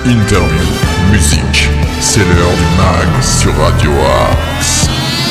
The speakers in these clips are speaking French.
interview, musique, c'est l'heure du mag sur Radio Axe.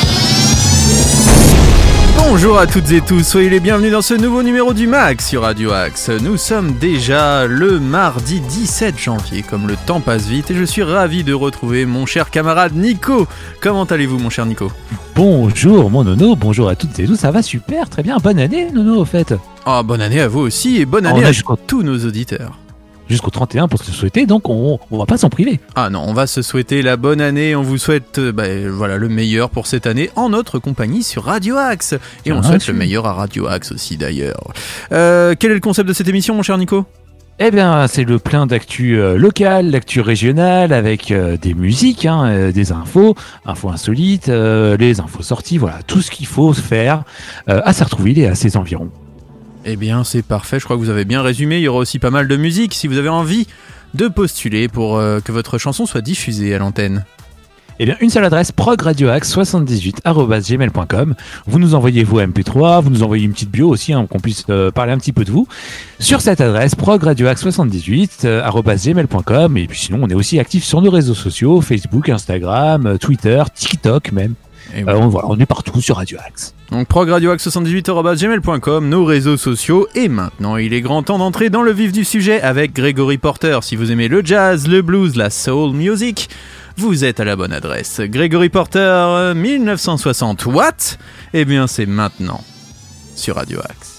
Bonjour à toutes et tous, soyez les bienvenus dans ce nouveau numéro du MAG sur Radio Axe. Nous sommes déjà le mardi 17 janvier, comme le temps passe vite, et je suis ravi de retrouver mon cher camarade Nico. Comment allez-vous mon cher Nico ? Bonjour mon Nono, bonjour à toutes et tous, ça va super, très bien, bonne année Nono au fait. Ah, bonne année à vous aussi, et bonne année à tous nos auditeurs. Jusqu'au 31 pour se souhaiter, donc on va pas s'en priver. Ah non, on va se souhaiter la bonne année, on vous souhaite le meilleur pour cette année en notre compagnie sur Radio Axe. Et on souhaite le meilleur à Radio Axe aussi d'ailleurs. Quel est le concept de cette émission mon cher Nico ? Eh bien, c'est le plein d'actu locales, d'actu régionales, avec des musiques, des infos insolites, les infos sorties, voilà, tout ce qu'il faut faire à Sartrouville et à ses environs. Eh bien, c'est parfait, je crois que vous avez bien résumé. Il y aura aussi pas mal de musique si vous avez envie de postuler pour que votre chanson soit diffusée à l'antenne. Eh bien, une seule adresse, progradioaxe78@gmail.com. Vous nous envoyez vos MP3, vous nous envoyez une petite bio aussi, qu'on puisse parler un petit peu de vous. Sur cette adresse, progradioaxe78@gmail.com. Et puis sinon, on est aussi actifs sur nos réseaux sociaux, Facebook, Instagram, Twitter, TikTok même. On est partout sur Radio Axe. Donc progradioaxe78@gmail.com, nos réseaux sociaux. Et maintenant, il est grand temps d'entrer dans le vif du sujet avec Gregory Porter. Si vous aimez le jazz, le blues, la soul music, vous êtes à la bonne adresse. Gregory Porter, 1960 watts. Eh bien, c'est maintenant sur Radio Axe.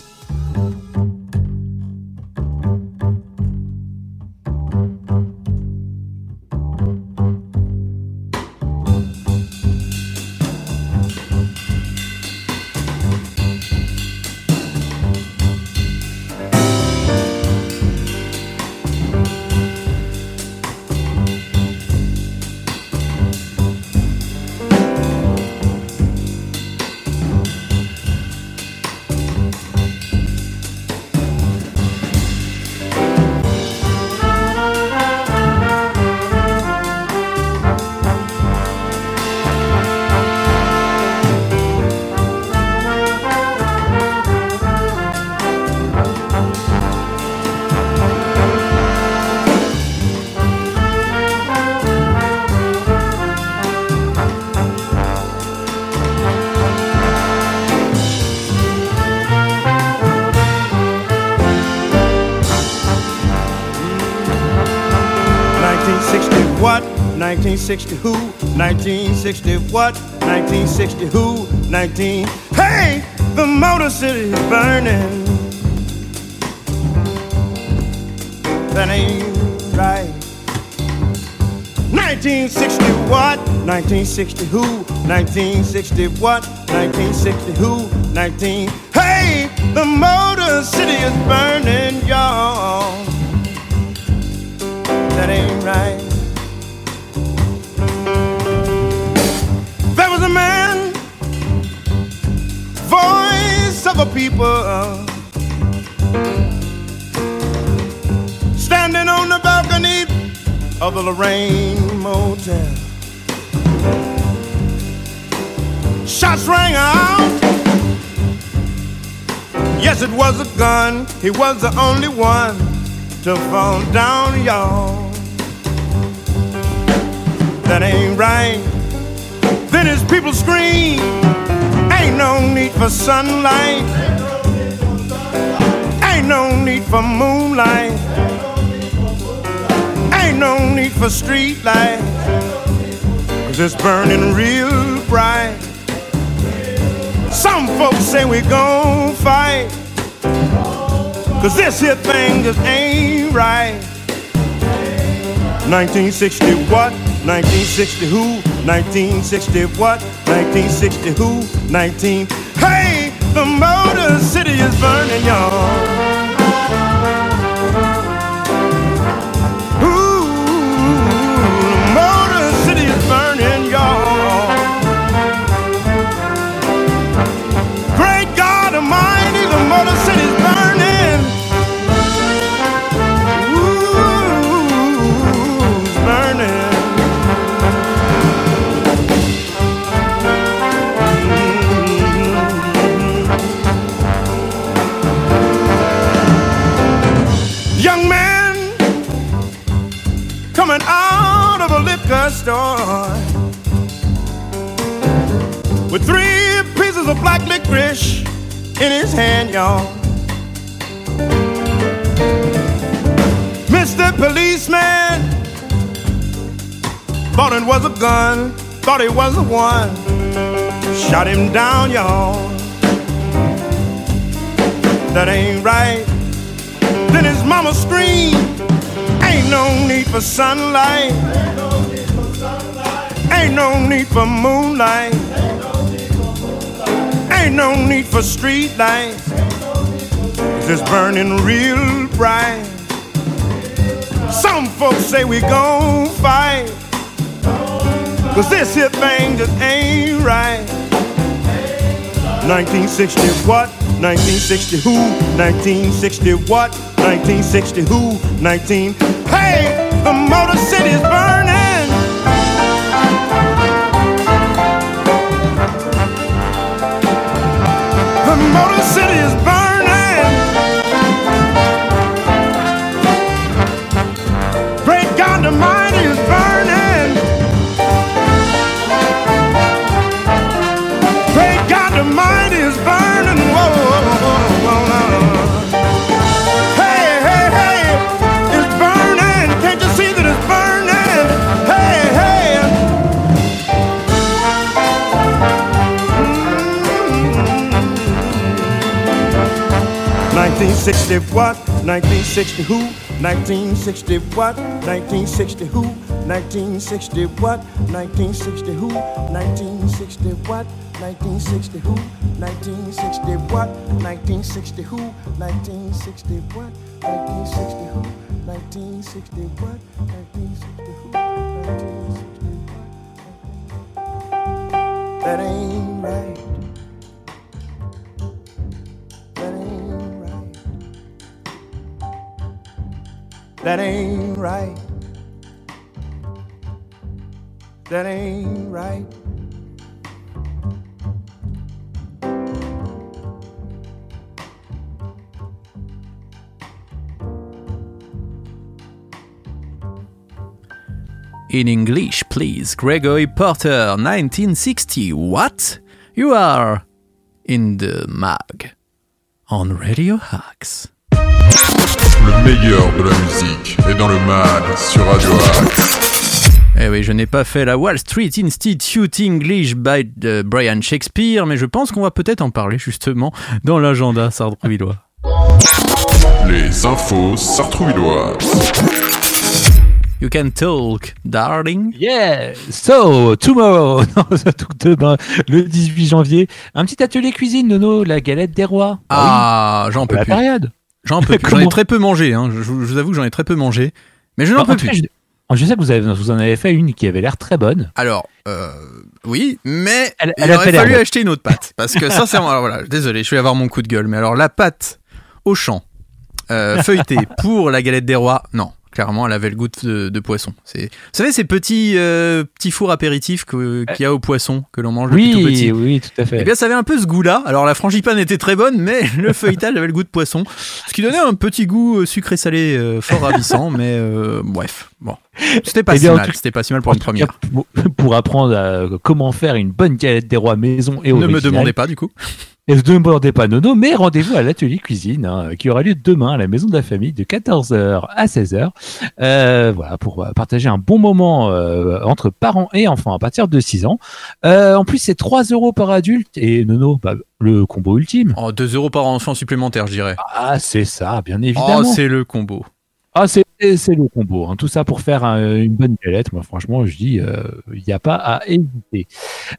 What? 1960 who? 1960 what? 1960 who? 19. Hey, the Motor City is burning. That ain't right. 1960 what? 1960 who? 1960 what? 1960 who? 19. Hey, the Motor City is burning, y'all. That ain't right. There was a man, voice of a people, standing on the balcony of the Lorraine Motel. Shots rang out. Yes, it was a gun. He was the only one to fall down, y'all. That ain't right. Then his people scream, ain't no need for sunlight, ain't no need for moonlight, ain't no need for street light, 'cause it's burning real bright. Some folks say we gon' fight, 'cause this here thing just ain't right. 1960 what? 1960 who? 1960 what? 1960 who? 19. Hey, the Motor City is burning, y'all. Ooh, the Motor City is burning, y'all. Great God Almighty, the Motor City is burning. Ooh, it's burning. store with 3 pieces of black licorice in his hand, y'all. Mr. Policeman thought it was a gun, thought it was the one, shot him down, y'all. That ain't right. Then his mama screamed, ain't no need for sunlight, ain't no need for moonlight, ain't no need for street lights, it's burning real bright. Some folks say we gon' fight, 'cause this here thing just ain't right. 1960 what? 1960 who? 1960 what? 1960 who? 19. Hey, the Motor City's burning. The Motor City is burning. Great God Almighty is burning. Great God Almighty is burning. Whoa, whoa, whoa, whoa. Hey, hey, hey, it's burning. Can't you see that it's burning? Hey, hey. 1960 what? 1960 who? 1960 what? 1960 who? 1960 what? 1960 who? 1960 what? 1960 who? 1960 what? 1960 who? 1960 what? 1960 who? 1960 what? 1960 who? 1960 what? That ain't right. That ain't right. That ain't right. That ain't right. In English, please. Gregory Porter, 1960. What? You are in the mag. On Radio Axe. Le meilleur de la musique est dans le mag sur Radio Axe. Eh oui, je n'ai pas fait la Wall Street Institute English by Brian Shakespeare, mais je pense qu'on va peut-être en parler justement dans l'agenda sartrouvillois. Les infos sartrouvilloises. You can talk, darling. Yeah, so tomorrow, non, donc demain, le 18 janvier, un petit atelier cuisine, Nono, la galette des rois. Ah, oui. J'en peux la plus. Période. J'en peux plus. J'en ai très peu mangé, hein. Je vous avoue que j'en ai très peu mangé, mais je n'en peux plus. Je sais que vous en avez fait une qui avait l'air très bonne. Alors, oui, mais elle il aurait fallu acheter une autre pâte, parce que sincèrement, alors voilà, désolé, je vais avoir mon coup de gueule, mais alors la pâte au champ, feuilletée pour la galette des rois, non. Clairement, elle avait le goût de poisson. Vous savez, ces petits fours apéritifs qu'il y a au poisson, que l'on mange depuis tout petit. Oui, tout à fait. Eh bien, ça avait un peu ce goût-là. Alors, la frangipane était très bonne, mais le feuilletage avait le goût de poisson. Ce qui donnait un petit goût sucré-salé fort ravissant, mais bref. Bon. C'était pas si mal. C'était pas si mal pour une première. Pour apprendre comment faire une bonne galette des rois maison et originale. Ne me demandez pas, du coup. Et ne demandez pas Nono, mais rendez-vous à l'atelier cuisine qui aura lieu demain à la maison de la famille de 14h à 16h. Voilà, pour partager un bon moment entre parents et enfants à partir de 6 ans. En plus, c'est 3 € par adulte et Nono, le combo ultime. Oh, 2 € par enfant supplémentaire, je dirais. Ah, c'est ça, bien évidemment. Oh, c'est le combo. Ah, c'est le combo. Hein. Tout ça pour faire une bonne galette. Moi, franchement, je dis, il n'y a pas à hésiter.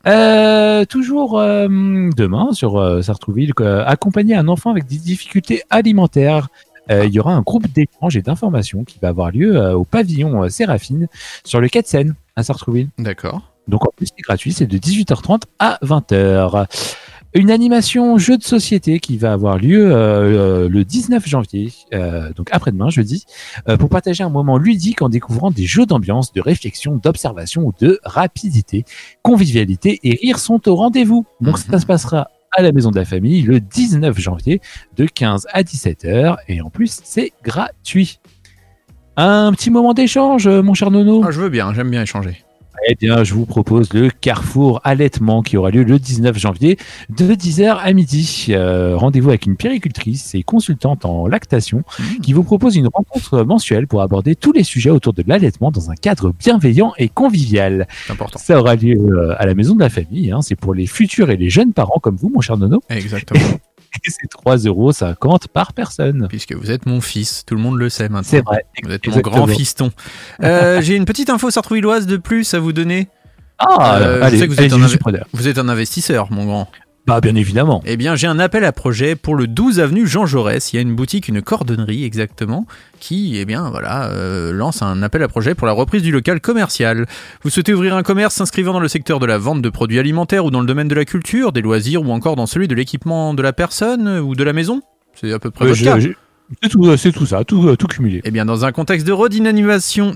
Toujours demain sur Sartrouville, accompagner un enfant avec des difficultés alimentaires. Il y aura un groupe d'échange et d'information qui va avoir lieu au pavillon Séraphine sur le quai de Seine à Sartrouville. D'accord. Donc en plus, c'est gratuit. C'est de 18h30 à 20h. Une animation jeu de société qui va avoir lieu le 19 janvier, donc après-demain, jeudi, pour partager un moment ludique en découvrant des jeux d'ambiance, de réflexion, d'observation ou de rapidité. Convivialité et rire sont au rendez-vous. Donc ça se passera à la maison de la famille le 19 janvier de 15 à 17h et en plus, c'est gratuit. Un petit moment d'échange, mon cher Nono. Ah, je veux bien, j'aime bien échanger. Eh bien, je vous propose le Carrefour Allaitement qui aura lieu le 19 janvier de 10h à midi. Rendez-vous avec une puéricultrice et consultante en lactation qui vous propose une rencontre mensuelle pour aborder tous les sujets autour de l'allaitement dans un cadre bienveillant et convivial. C'est important. Ça aura lieu à la maison de la famille. C'est pour les futurs et les jeunes parents comme vous, mon cher Nono. Exactement. Et c'est 3,50 € par personne. Puisque vous êtes mon fils, tout le monde le sait maintenant. C'est vrai. Vous êtes Exactement. mon grand fiston. J'ai une petite info sartrouvilloise de plus à vous donner. Allez, je sais que je suis preneur. vous êtes un investisseur, mon grand. Bah, bien évidemment. Eh bien, j'ai un appel à projet pour le 12 avenue Jean Jaurès. Il y a une boutique, une cordonnerie exactement, qui, lance un appel à projet pour la reprise du local commercial. Vous souhaitez ouvrir un commerce s'inscrivant dans le secteur de la vente de produits alimentaires ou dans le domaine de la culture, des loisirs ou encore dans celui de l'équipement de la personne ou de la maison ? C'est à peu près votre cas. C'est tout ça, tout cumulé. Eh bien, dans un contexte de redynamisation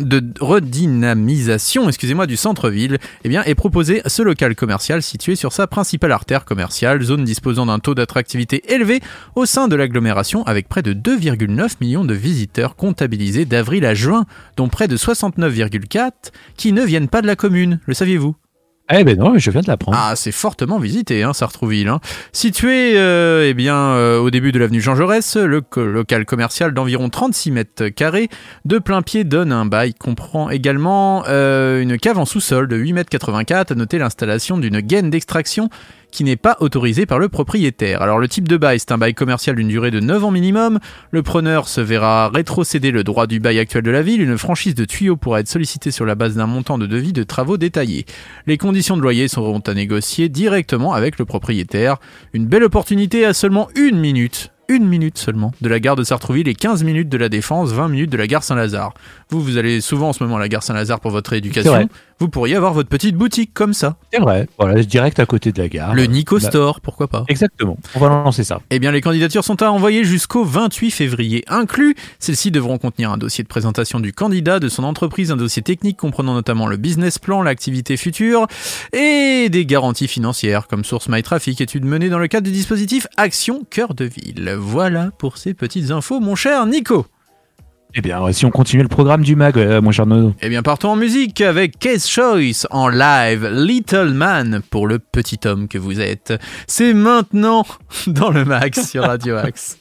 du centre-ville, est proposé ce local commercial situé sur sa principale artère commerciale, zone disposant d'un taux d'attractivité élevé au sein de l'agglomération, avec près de 2,9 millions de visiteurs comptabilisés d'avril à juin, dont près de 69,4 qui ne viennent pas de la commune. Le saviez-vous ? Eh ben non, je viens de l'apprendre. Ah, c'est fortement visité, Sartrouville. Situé au début de l'avenue Jean Jaurès, le local commercial d'environ 36 mètres carrés de plein pied donne un bail. Comprend également une cave en sous-sol de 8,84 mètres. À noter l'installation d'une gaine d'extraction qui n'est pas autorisée par le propriétaire. Alors le type de bail, c'est un bail commercial d'une durée de 9 ans minimum. Le preneur se verra rétrocéder le droit du bail actuel de la ville. Une franchise de tuyaux pourra être sollicitée sur la base d'un montant de devis de travaux détaillés. Les conditions de loyer seront à négocier directement avec le propriétaire. Une belle opportunité à seulement 1 minute. 1 minute seulement de la gare de Sartrouville et 15 minutes de la Défense, 20 minutes de la gare Saint-Lazare. Vous allez souvent en ce moment à la gare Saint-Lazare pour votre éducation. Vous pourriez avoir votre petite boutique comme ça. C'est vrai, voilà, direct à côté de la gare. Le Nico Store, pourquoi pas. Exactement, on va lancer ça. Eh bien, les candidatures sont à envoyer jusqu'au 28 février inclus. Celles-ci devront contenir un dossier de présentation du candidat, de son entreprise, un dossier technique comprenant notamment le business plan, l'activité future et des garanties financières comme Source My Traffic, études menées dans le cadre du dispositif Action Cœur de Ville. Voilà pour ces petites infos, mon cher Nico. Eh bien, si on continue le programme du MAG, mon cher Nono. Eh bien, partons en musique avec Case Choice en live, Little Man, pour le petit homme que vous êtes. C'est maintenant dans le MAG sur Radio Axe.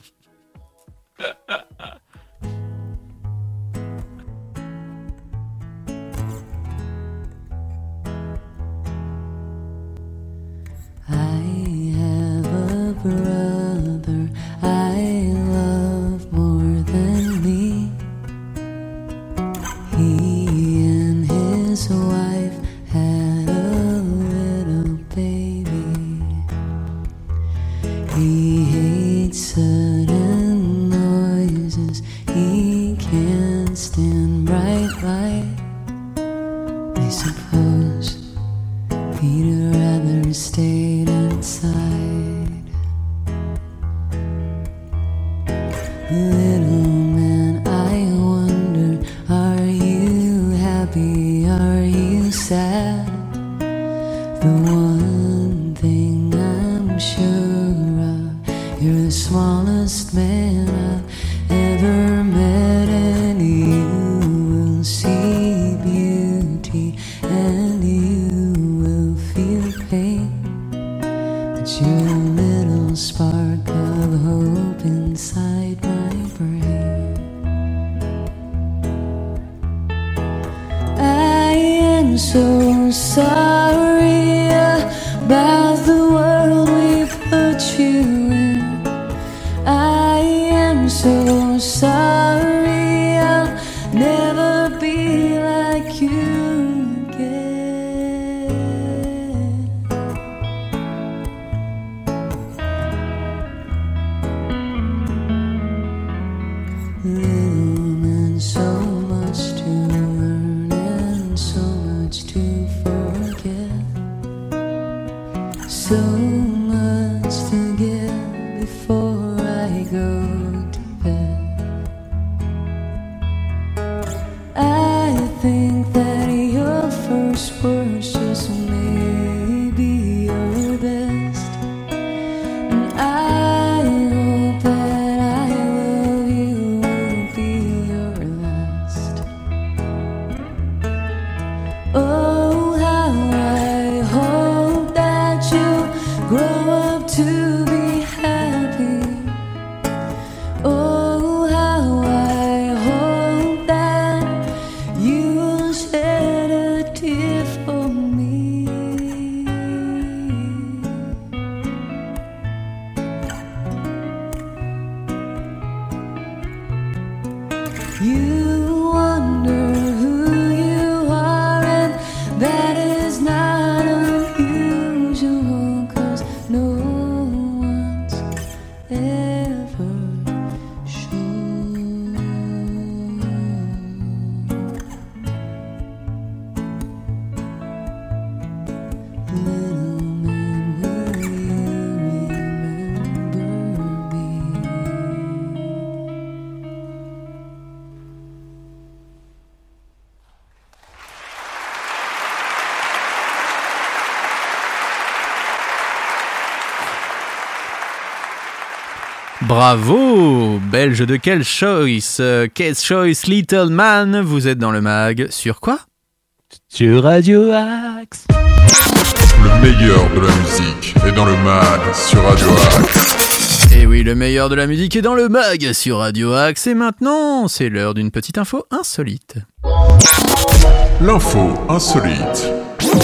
I have a brother I love more than me. He and his wife had a little baby. He hates sudden noises. He can't stand bright light. I suppose he'd rather stayed inside. Little man, I wonder, are you happy, are you sad? The one thing I'm sure of, you're the smallest man I've ever met, and you will see beauty and you will feel pain. But you're a little spark of hope inside my brain. I am so sorry about the world we put you in. I am so sorry, I'll never be like you again. Little man, so much to learn and so much to forget. So much to give before I go to bed. I think that your first words just may be your best, and I hope that I love you will be your last. Oh, to be happy. Oh, how I hope that you'll shed a tear for me. You wonder who you are, and that is not unusual, 'cause no one's ever sure. Little man, will you remember me? Bravo, Belge de quel choice? Qu'est-ce choice, Little Man? Vous êtes dans le mag sur quoi? Sur Radio Axe. Le meilleur de la musique est dans le mag sur Radio Axe. Et oui, le meilleur de la musique est dans le mag sur Radio Axe. Et maintenant, c'est l'heure d'une petite info insolite. L'info insolite.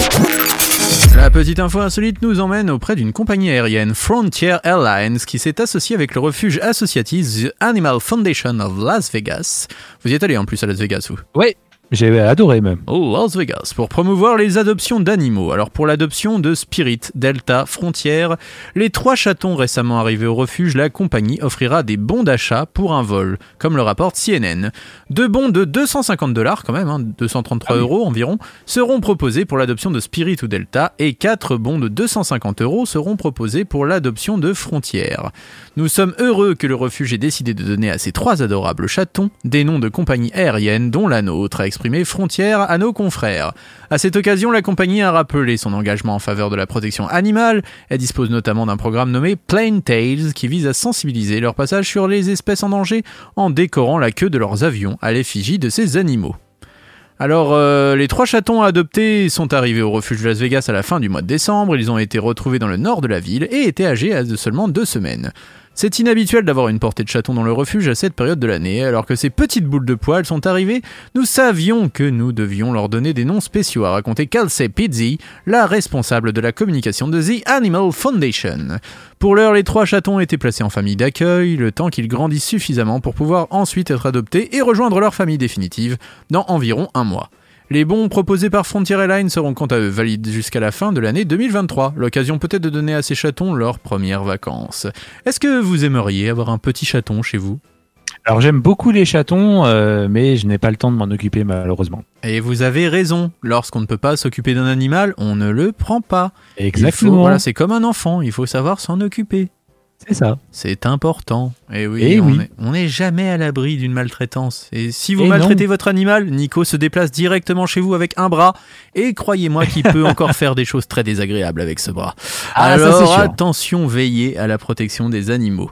La petite info insolite nous emmène auprès d'une compagnie aérienne, Frontier Airlines, qui s'est associée avec le refuge associatif The Animal Foundation of Las Vegas. Vous y êtes allé en plus à Las Vegas, vous? Ouais, j'ai adoré même. Oh, Las Vegas, pour promouvoir les adoptions d'animaux. Alors pour l'adoption de Spirit, Delta, Frontier, les 3 chatons récemment arrivés au refuge, la compagnie offrira des bons d'achat pour un vol, comme le rapporte CNN. 2 bons de $250 quand même, 233 € environ, seront proposés pour l'adoption de Spirit ou Delta, et 4 bons de 250 € seront proposés pour l'adoption de Frontier. Nous sommes heureux que le refuge ait décidé de donner à ces 3 adorables chatons des noms de compagnies aériennes, dont la nôtre, a exprimé Frontier à nos confrères. À cette occasion, la compagnie a rappelé son engagement en faveur de la protection animale. Elle dispose notamment d'un programme nommé Plain Tales qui vise à sensibiliser leur passage sur les espèces en danger en décorant la queue de leurs avions à l'effigie de ces animaux. Alors, les 3 chatons adoptés sont arrivés au refuge de Las Vegas à la fin du mois de décembre. Ils ont été retrouvés dans le nord de la ville et étaient âgés de seulement 2 semaines. C'est inhabituel d'avoir une portée de chatons dans le refuge à cette période de l'année. Alors que ces petites boules de poils sont arrivées, nous savions que nous devions leur donner des noms spéciaux, a raconté Kelsey Pizzi, la responsable de la communication de The Animal Foundation. Pour l'heure, les 3 chatons étaient placés en famille d'accueil, le temps qu'ils grandissent suffisamment pour pouvoir ensuite être adoptés et rejoindre leur famille définitive dans environ 1 mois. Les bons proposés par Frontier Airlines seront quant à eux valides jusqu'à la fin de l'année 2023, l'occasion peut-être de donner à ces chatons leurs premières vacances. Est-ce que vous aimeriez avoir un petit chaton chez vous ? Alors j'aime beaucoup les chatons, mais je n'ai pas le temps de m'en occuper malheureusement. Et vous avez raison, lorsqu'on ne peut pas s'occuper d'un animal, on ne le prend pas. Exactement. Voilà, c'est comme un enfant, il faut savoir s'en occuper. C'est ça. C'est important. Et oui, on n'est jamais à l'abri d'une maltraitance. Et si vous maltraitez votre animal, Nico se déplace directement chez vous avec un bras. Et croyez-moi qu'il peut encore faire des choses très désagréables avec ce bras. Alors ça, c'est sûr. attention, veillez à la protection des animaux.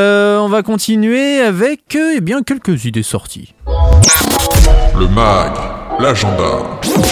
On va continuer avec quelques idées sorties. Le mag, l'agenda.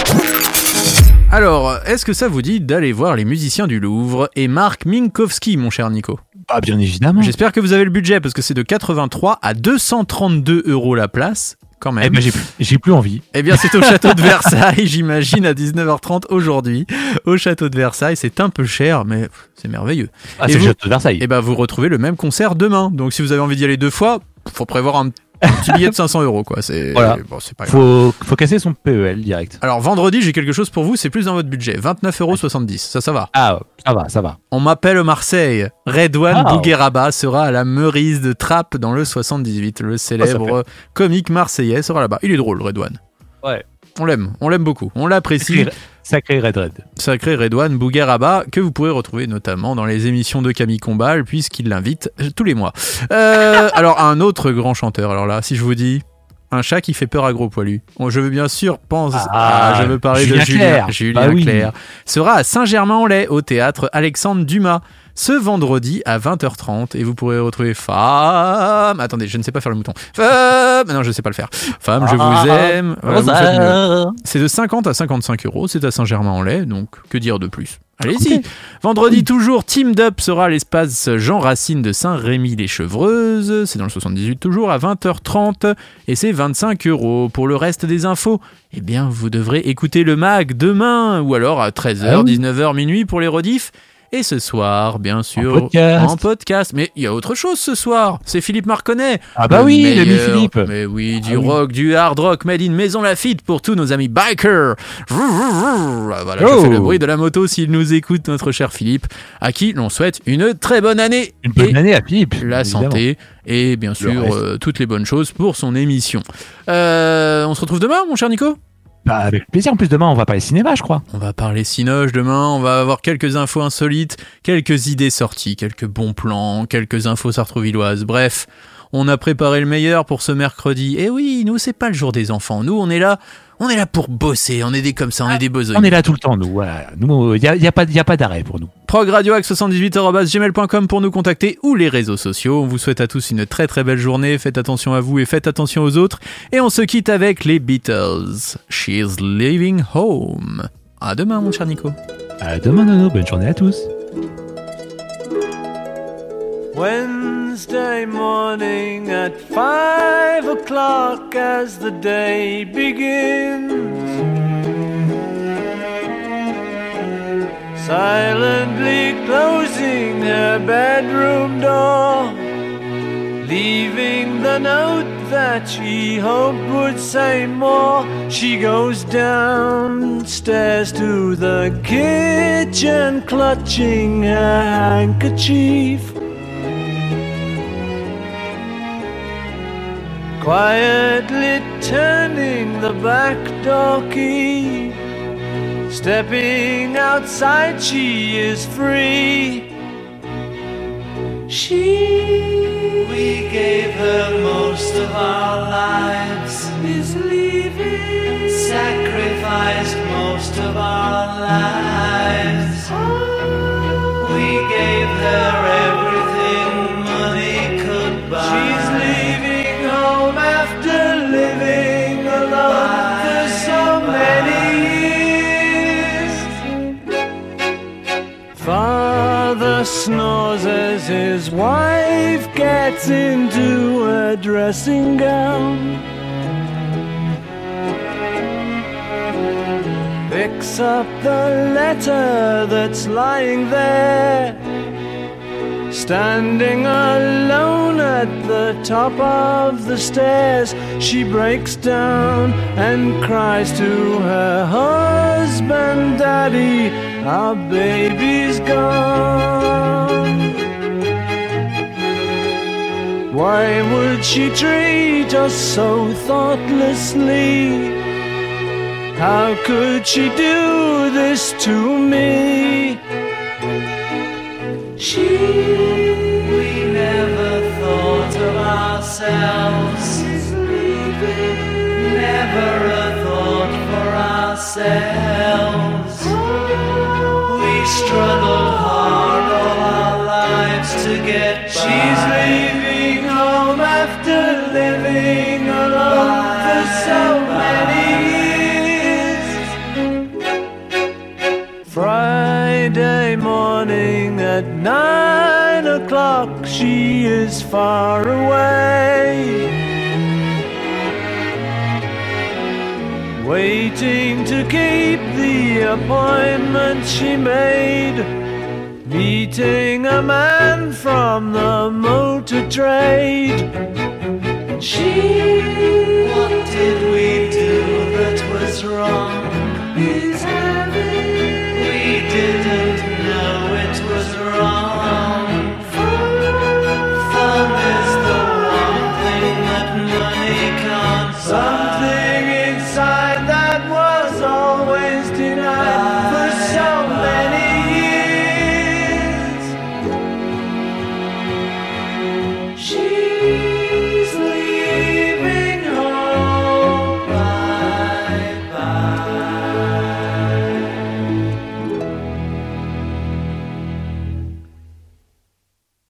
Alors, est-ce que ça vous dit d'aller voir les musiciens du Louvre et Marc Minkowski, mon cher Nico ? Ah, bien évidemment. J'espère que vous avez le budget parce que c'est de 83 à 232 € la place, quand même. Eh ben, j'ai plus envie. Eh bien, c'est au château de Versailles, j'imagine, à 19h30 aujourd'hui. Au château de Versailles, c'est un peu cher, mais c'est merveilleux. Ah, Et c'est vous, le château de Versailles. Eh ben, vous retrouvez le même concert demain. Donc, si vous avez envie d'y aller 2 fois, faut prévoir un petit billet de 500 €, quoi. C'est, voilà. Bon, c'est pas grave. Faut casser son PEL direct. Alors, vendredi, j'ai quelque chose pour vous, c'est plus dans votre budget. 29,70 €. Ça va. Ah, ça va. On m'appelle Marseille. Redouane Bougueraba sera à la Meurice de Trappes dans le 78. Le célèbre comique marseillais sera là-bas. Il est drôle, Redouane. Ouais. On l'aime beaucoup. On l'apprécie. Sacré Red. Sacré Redouane Bougueraba, que vous pourrez retrouver notamment dans les émissions de Camille Combal, puisqu'il l'invite tous les mois. Alors, un autre grand chanteur. Alors là, si je vous dis un chat qui fait peur à gros poilus, je veux bien sûr je veux parler Julien de Clerc. Julien Clerc. Sera à Saint-Germain-en-Laye, au théâtre Alexandre Dumas, ce vendredi à 20h30, et vous pourrez retrouver Femme. Attendez, je ne sais pas faire le mouton. Femme. Non, je ne sais pas le faire. Femme, je vous aime. Voilà, vous faites mieux. C'est de 50 à 55 €. C'est à Saint-Germain-en-Laye, donc que dire de plus ? Allez-y. Ok. Vendredi toujours, Teamed Up sera à l'espace Jean Racine de Saint-Rémy-les-Chevreuses. C'est dans le 78 toujours, à 20h30. Et c'est 25 €. Pour le reste des infos, eh bien, vous devrez écouter le mag demain. Ou alors à 13h, Ah oui. 19h, minuit pour les rediffs. Et ce soir, bien sûr, podcast. en podcast. Mais il y a autre chose ce soir. C'est Philippe Marconnet. Ah bah oui, l'ami meilleur. Philippe. Mais oui, du Ah oui. rock, du hard rock, made in Maison Lafitte pour tous nos amis bikers. Voilà, je Oh. fais le bruit de la moto s'il nous écoute, notre cher Philippe, à qui l'on souhaite une très bonne année. Une bonne et année à Philippe. la évidemment. santé et bien sûr reste. toutes les bonnes choses pour son émission. On se retrouve demain, mon cher Nico. Bah, avec plaisir. En plus, demain, on va parler cinéma, je crois. On va parler cinoche demain, on va avoir quelques infos insolites, quelques idées sorties, quelques bons plans, quelques infos sartrouvilloises. Bref, on a préparé le meilleur pour ce mercredi. Et oui, nous, c'est pas le jour des enfants. Nous, on est là pour bosser. On est des comme ça, on est des bosons. On est là tout le temps, nous. Voilà. Nous, il y a pas d'arrêt pour nous. progradioax78@gmail.com pour nous contacter ou les réseaux sociaux. On vous souhaite à tous une très très belle journée. Faites attention à vous et faites attention aux autres. Et on se quitte avec les Beatles. She's Leaving Home. À demain, mon cher Nico. À demain, Nono. Bonne journée à tous. Wednesday morning at 5 o'clock as the day begins. Silently closing her bedroom door, leaving the note that she hoped would say more. She goes downstairs to the kitchen, clutching her handkerchief. Quietly turning the back door key. Stepping outside, she is free. We gave her most of our lives. Is leaving. Sacrificed most of our lives. We gave her everything money could buy. She's leaving home after living alone for so many years. Father snores as his wife gets into her dressing gown. Picks up the letter that's lying there. Standing alone at the top of the stairs, she breaks down and cries to her husband, "Daddy, our baby's gone." Why would she treat us so thoughtlessly? How could she do this to me? We never thought of ourselves. Never a thought for ourselves. We struggled hard all our lives to get by. She's leaving home after living alone for so many years. Friday morning at 9 o'clock, she is far away, waiting to keep the appointment she made, meeting a man from the motor trade. What did we do that was wrong?